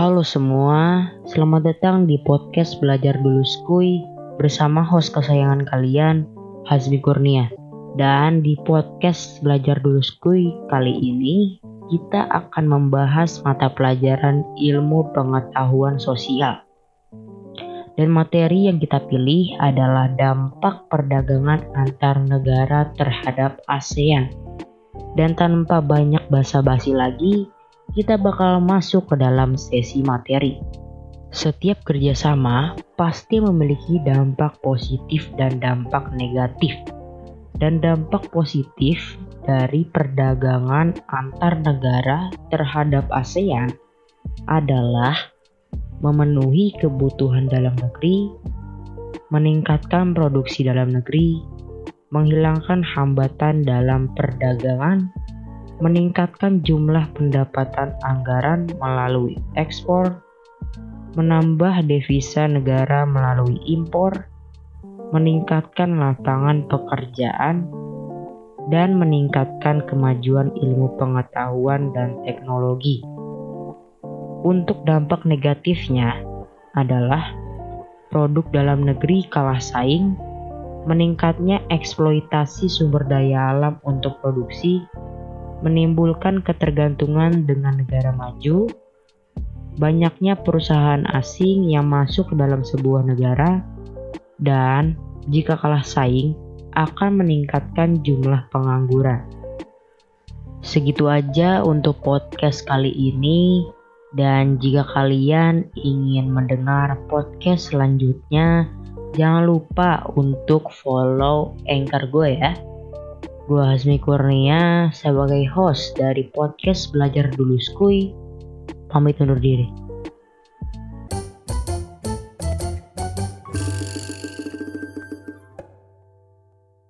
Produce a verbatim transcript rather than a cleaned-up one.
Halo semua, selamat datang di podcast Belajar Dulu Skuy bersama host kesayangan kalian, Hazmi Kurnia. Dan di podcast Belajar Dulu Skuy kali ini kita akan membahas mata pelajaran ilmu pengetahuan sosial. Dan materi yang kita pilih adalah dampak perdagangan antar negara terhadap ASEAN. Dan tanpa banyak basa-basi lagi, kita bakal masuk ke dalam sesi materi. Setiap kerjasama pasti memiliki dampak positif dan dampak negatif. Dan dampak positif dari perdagangan antar negara terhadap ASEAN adalah memenuhi kebutuhan dalam negeri, meningkatkan produksi dalam negeri, menghilangkan hambatan dalam perdagangan, meningkatkan jumlah pendapatan anggaran melalui ekspor, menambah devisa negara melalui impor, meningkatkan lapangan pekerjaan, dan meningkatkan kemajuan ilmu pengetahuan dan teknologi. Untuk dampak negatifnya adalah produk dalam negeri kalah saing, meningkatnya eksploitasi sumber daya alam untuk produksi, menimbulkan ketergantungan dengan negara maju, banyaknya perusahaan asing yang masuk ke dalam sebuah negara, dan jika kalah saing akan meningkatkan jumlah pengangguran. Segitu aja untuk podcast kali ini, dan jika kalian ingin mendengar podcast selanjutnya, jangan lupa untuk follow Anchor gue ya. Gue Hazmi Kurnia sebagai host dari podcast Belajar Dulu Skuy, pamit undur diri.